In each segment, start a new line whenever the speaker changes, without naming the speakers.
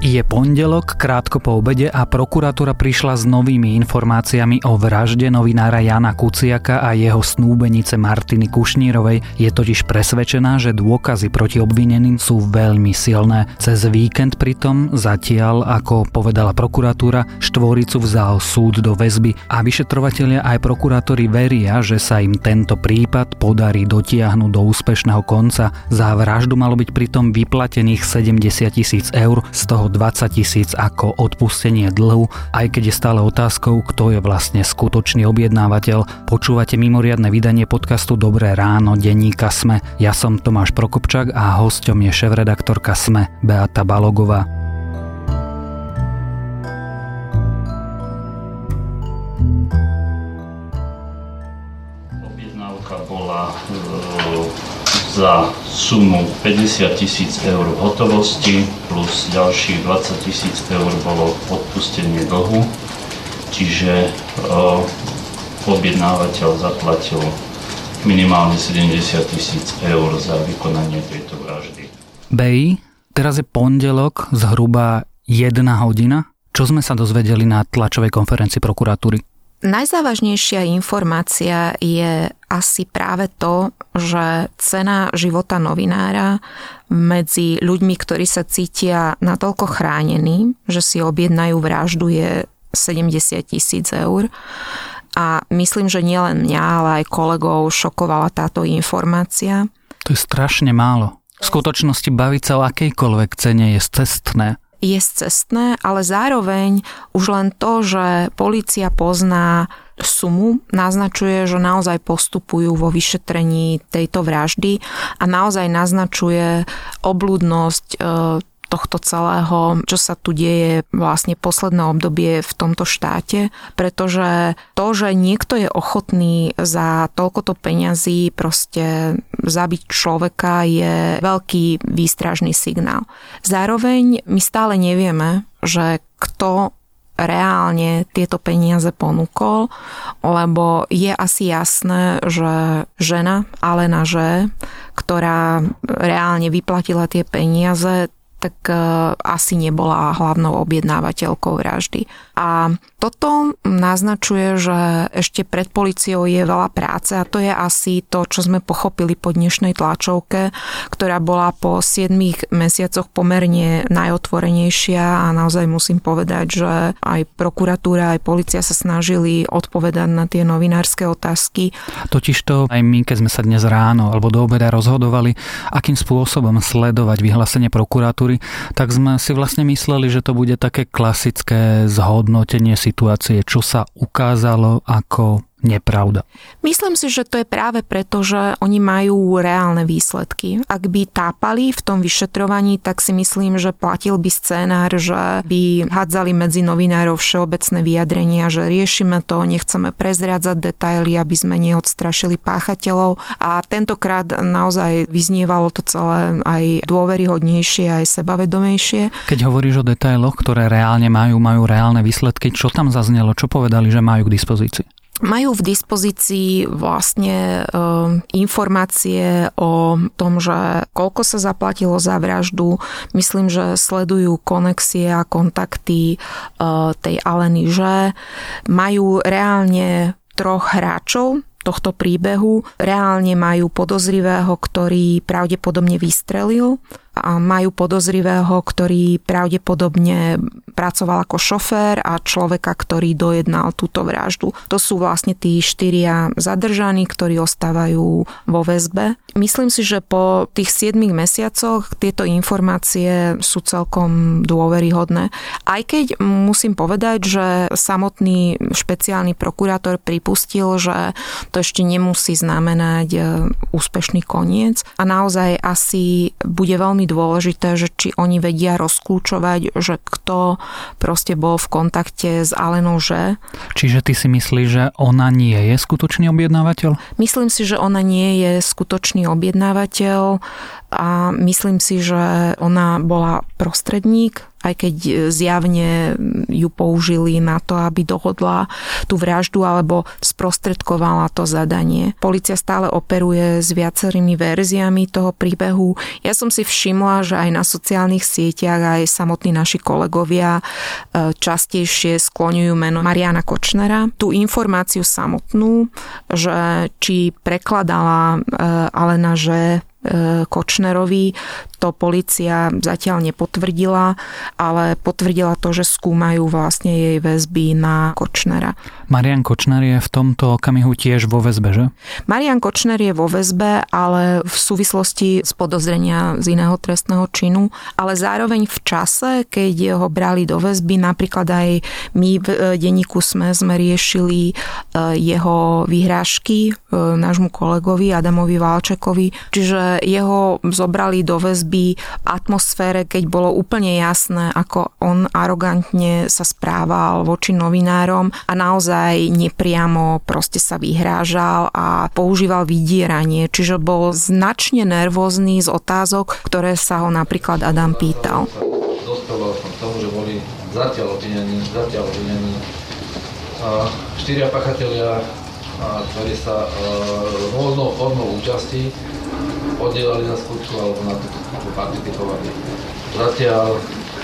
Je pondelok, krátko po obede a prokuratúra prišla s novými informáciami o vražde novinára Jána Kuciaka a jeho snúbenice Martiny Kušnírovej. Je totiž presvedčená, že dôkazy proti obvineným sú veľmi silné. Cez víkend pritom zatiaľ, ako povedala prokuratúra, štvoricu vzal súd do väzby a vyšetrovatelia aj prokurátori veria, že sa im tento prípad podarí dotiahnuť do úspešného konca. Za vraždu malo byť pritom vyplatených 70 000 eur, z toho 20 000 ako odpustenie dlhu, aj keď je stále otázkou, kto je vlastne skutočný objednávateľ. Počúvate mimoriadne vydanie podcastu Dobré ráno denníka SME. Ja som Tomáš Prokopčák a hosťom je šéfredaktorka SME Beata Balogová.
Objednávka bola za sumu 50 000 eur v hotovosti plus ďalších 20 000 eur bolo odpustenie dlhu, čiže objednávateľ zaplatil minimálne 70 000 eur za vykonanie tejto vraždy.
Bej, teraz je pondelok, zhruba 1 hodina. Čo sme sa dozvedeli na tlačovej konferencii prokuratúry?
Najzávažnejšia informácia je asi práve to, že cena života novinára medzi ľuďmi, ktorí sa cítia natoľko chránení, že si objednajú vraždu, je 70 000 eur. A myslím, že nielen mňa, ale aj kolegov šokovala táto informácia.
To je strašne málo. V skutočnosti baviť sa o akejkoľvek cene je scestné.
Je scestné, ale zároveň už len to, že polícia pozná sumu, naznačuje, že naozaj postupujú vo vyšetrení tejto vraždy a naozaj naznačuje obľudnosť tohto celého, čo sa tu deje vlastne posledné obdobie v tomto štáte, pretože to, že niekto je ochotný za toľkoto peňazí proste zabiť človeka, je veľký výstražný signál. Zároveň my stále nevieme, že kto reálne tieto peniaze ponúkol, lebo je asi jasné, že žena Alena Ž., ktorá reálne vyplatila tie peniaze, tak asi nebola hlavnou objednávateľkou vraždy. A toto naznačuje, že ešte pred políciou je veľa práce a to je asi to, čo sme pochopili po dnešnej tlačovke, ktorá bola po 7 mesiacoch pomerne najotvorenejšia a naozaj musím povedať, že aj prokuratúra, aj polícia sa snažili odpovedať na tie novinárske otázky.
Totižto aj my, keď sme sa dnes ráno alebo do obeda rozhodovali, akým spôsobom sledovať vyhlásenie prokuratúry, tak sme si vlastne mysleli, že to bude také klasické zhodnotenie situácie, čo sa ukázalo ako nepravda.
Myslím si, že to je práve preto, že oni majú reálne výsledky. Ak by tápali v tom vyšetrovaní, tak si myslím, že platil by scénár, že by hádzali medzi novinárov všeobecné vyjadrenia, že riešime to, nechceme prezrádzať detaily, aby sme neodstrašili páchateľov. A tentokrát naozaj vyznievalo to celé aj dôveryhodnejšie, aj sebavedomejšie.
Keď hovoríš o detailoch, ktoré reálne majú reálne výsledky, čo tam zaznelo, čo povedali, že majú k dispozícii?
Majú v dispozícii vlastne informácie o tom, že koľko sa zaplatilo za vraždu. Myslím, že sledujú konexie a kontakty tej Aleny Ž. Majú reálne 3 hráčov tohto príbehu. Reálne majú podozrivého, ktorý pravdepodobne vystrelil a majú podozrivého, ktorý pravdepodobne pracoval ako šofér a človeka, ktorý dojednal túto vraždu. To sú vlastne tí 4 zadržaní, ktorí ostávajú vo väzbe. Myslím si, že po tých 7 mesiacoch tieto informácie sú celkom dôveryhodné. Aj keď musím povedať, že samotný špeciálny prokurátor pripustil, že to ešte nemusí znamenať úspešný koniec a naozaj asi bude veľmi dôležité, že či oni vedia rozkľúčovať, že kto proste bol v kontakte s Alenou Ž.
Čiže ty si myslíš, že ona nie je skutočný objednávateľ?
Myslím si, že ona nie je skutočný objednávateľ a myslím si, že ona bola prostredník aj keď zjavne ju použili na to, aby dohodla tú vraždu alebo sprostredkovala to zadanie. Polícia stále operuje s viacerými verziami toho príbehu. Ja som si všimla, že aj na sociálnych sieťach aj samotní naši kolegovia častejšie skloňujú meno Mariana Kočnera. Tú informáciu samotnú, že či prekladala Alena Ž. Kočnerovi, to polícia zatiaľ nepotvrdila, ale potvrdila to, že skúmajú vlastne jej väzby na Kočnera.
Marian Kočner je v tomto okamihu tiež vo väzbe, že?
Marian Kočner je vo väzbe, ale v súvislosti z podozrenia z iného trestného činu, ale zároveň v čase, keď ho brali do väzby, napríklad aj my v denníku sme riešili jeho vyhrážky nášmu kolegovi Adamovi Valčekovi, čiže jeho zobrali do väzby v atmosfére, keď bolo úplne jasné, ako on arogantne sa správal voči novinárom a naozaj nepriamo proste sa vyhrážal a používal vydieranie, čiže bol značne nervózny z otázok, ktoré sa ho napríklad Adam pýtal.
Dostával som k tomu, že boli zatiaľ obvinení 4 pachatelia, ktorí sa rôznou formou účasti podielali na skutku alebo na to participovali. Zatiaľ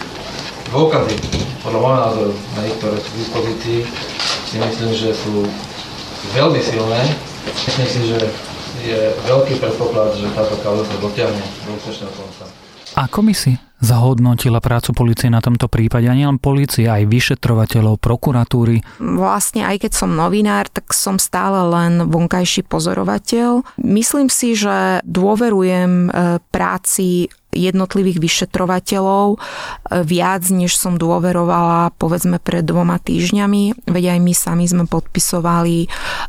dôkazy, podľa môjho názoru, na ich, ktoré sú v dispozícii, si myslím, že sú veľmi silné. Myslím si, že je veľký predpoklad, že táto kauza sa dotiahne do úspešného konca.
Ako by si zhodnotila prácu polície na tomto prípade? A nielen polície, aj vyšetrovateľov, prokuratúry?
Vlastne aj keď som novinár, tak som stále len vonkajší pozorovateľ. Myslím si, že dôverujem práci jednotlivých vyšetrovateľov viac, než som dôverovala povedzme pred 2 týždňami. Veď aj my sami sme podpisovali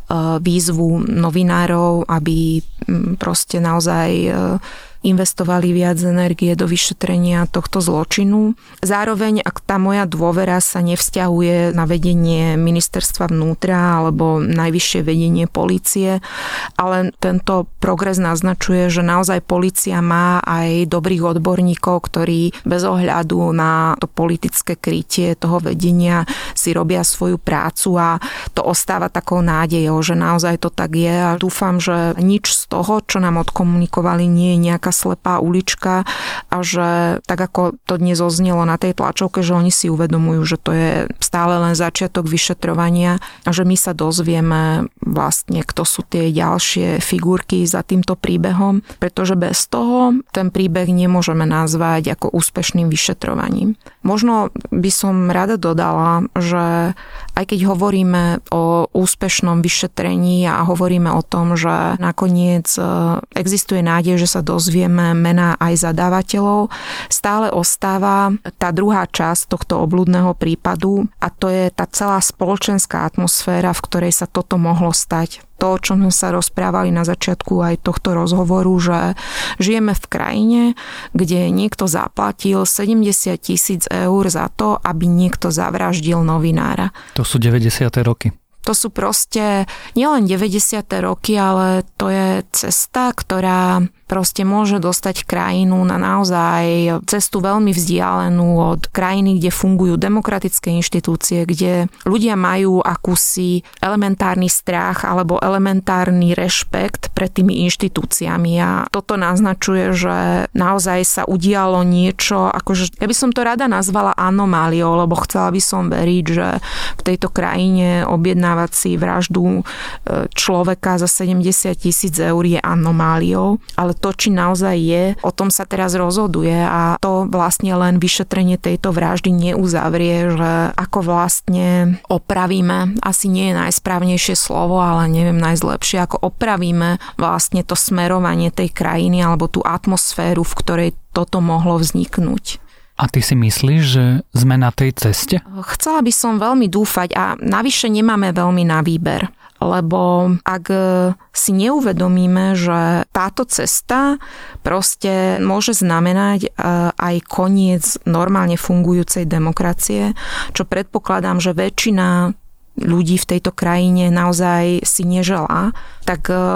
výzvu novinárov, aby proste naozaj investovali viac energie do vyšetrenia tohto zločinu. Zároveň, ak tá moja dôvera sa nevzťahuje na vedenie ministerstva vnútra alebo najvyššie vedenie polície, ale tento progres naznačuje, že naozaj polícia má aj dobrých odborníkov, ktorí bez ohľadu na to politické krytie toho vedenia si robia svoju prácu a to ostáva takou nádejou, že naozaj to tak je a dúfam, že nič z toho, čo nám odkomunikovali, nie je nejaká slepá ulička a že tak ako to dnes oznelo na tej tlačovke, že oni si uvedomujú, že to je stále len začiatok vyšetrovania a že my sa dozvieme vlastne, kto sú tie ďalšie figurky za týmto príbehom, pretože bez toho ten príbeh nemôžeme nazvať ako úspešným vyšetrovaním. Možno by som rada dodala, že aj keď hovoríme o úspešnom vyšetrení a hovoríme o tom, že nakoniec existuje nádej, že sa dozvieme mená aj zadávateľov, stále ostáva tá druhá časť tohto obľudného prípadu a to je tá celá spoločenská atmosféra, v ktorej sa toto mohlo stať. To, o čom sme sa rozprávali na začiatku aj tohto rozhovoru, že žijeme v krajine, kde niekto zaplatil 70 000 eur za to, aby niekto zavraždil novinára.
To sú 90. roky.
To sú proste nielen 90. roky, ale to je cesta, ktorá proste môže dostať krajinu na naozaj cestu veľmi vzdialenú od krajiny, kde fungujú demokratické inštitúcie, kde ľudia majú akúsi elementárny strach alebo elementárny rešpekt pred tými inštitúciami. A toto naznačuje, že naozaj sa udialo niečo, akože ja by som to rada nazvala anomáliou, lebo chcela by som veriť, že v tejto krajine objednávať si vraždu človeka za 70 000 eur je anomáliou, ale to, či naozaj je, o tom sa teraz rozhoduje a to vlastne len vyšetrenie tejto vraždy neuzavrie, že ako vlastne opravíme, asi nie je najsprávnejšie slovo, ale neviem najzlepšie, ako opravíme vlastne to smerovanie tej krajiny alebo tú atmosféru, v ktorej toto mohlo vzniknúť.
A ty si myslíš, že sme na tej ceste?
Chcela by som veľmi dúfať a navyše nemáme veľmi na výber. Lebo ak si neuvedomíme, že táto cesta proste môže znamenať aj koniec normálne fungujúcej demokracie, čo predpokladám, že väčšina ľudí v tejto krajine naozaj si neželá, tak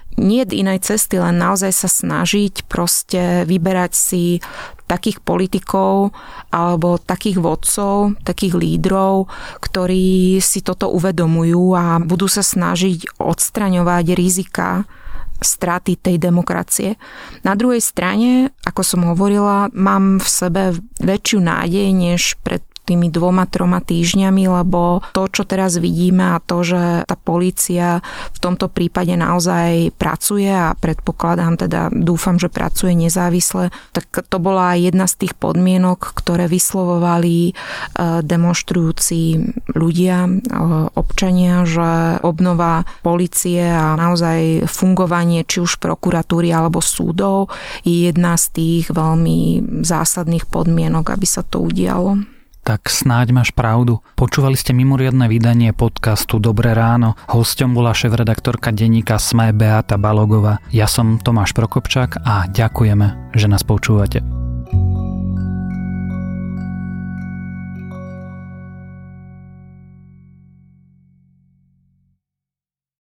nie je inej cesty, len naozaj sa snažiť proste vyberať si takých politikov alebo takých vodcov, takých lídrov, ktorí si toto uvedomujú a budú sa snažiť odstraňovať rizika straty tej demokracie. Na druhej strane, ako som hovorila, mám v sebe väčšiu nádej než pred tými 2-3 týždňami, lebo to, čo teraz vidíme a to, že tá polícia v tomto prípade naozaj pracuje a predpokladám, teda dúfam, že pracuje nezávisle, tak to bola jedna z tých podmienok, ktoré vyslovovali demonštrujúci ľudia, občania, že obnova polície a naozaj fungovanie či už prokuratúry alebo súdov je jedna z tých veľmi zásadných podmienok, aby sa to udialo.
Tak snáď máš pravdu. Počúvali ste mimoriadne vydanie podcastu Dobré ráno. Hosťom bola šéfredaktorka denníka SME Beata Balogová. Ja som Tomáš Prokopčák a ďakujeme, že nás počúvate.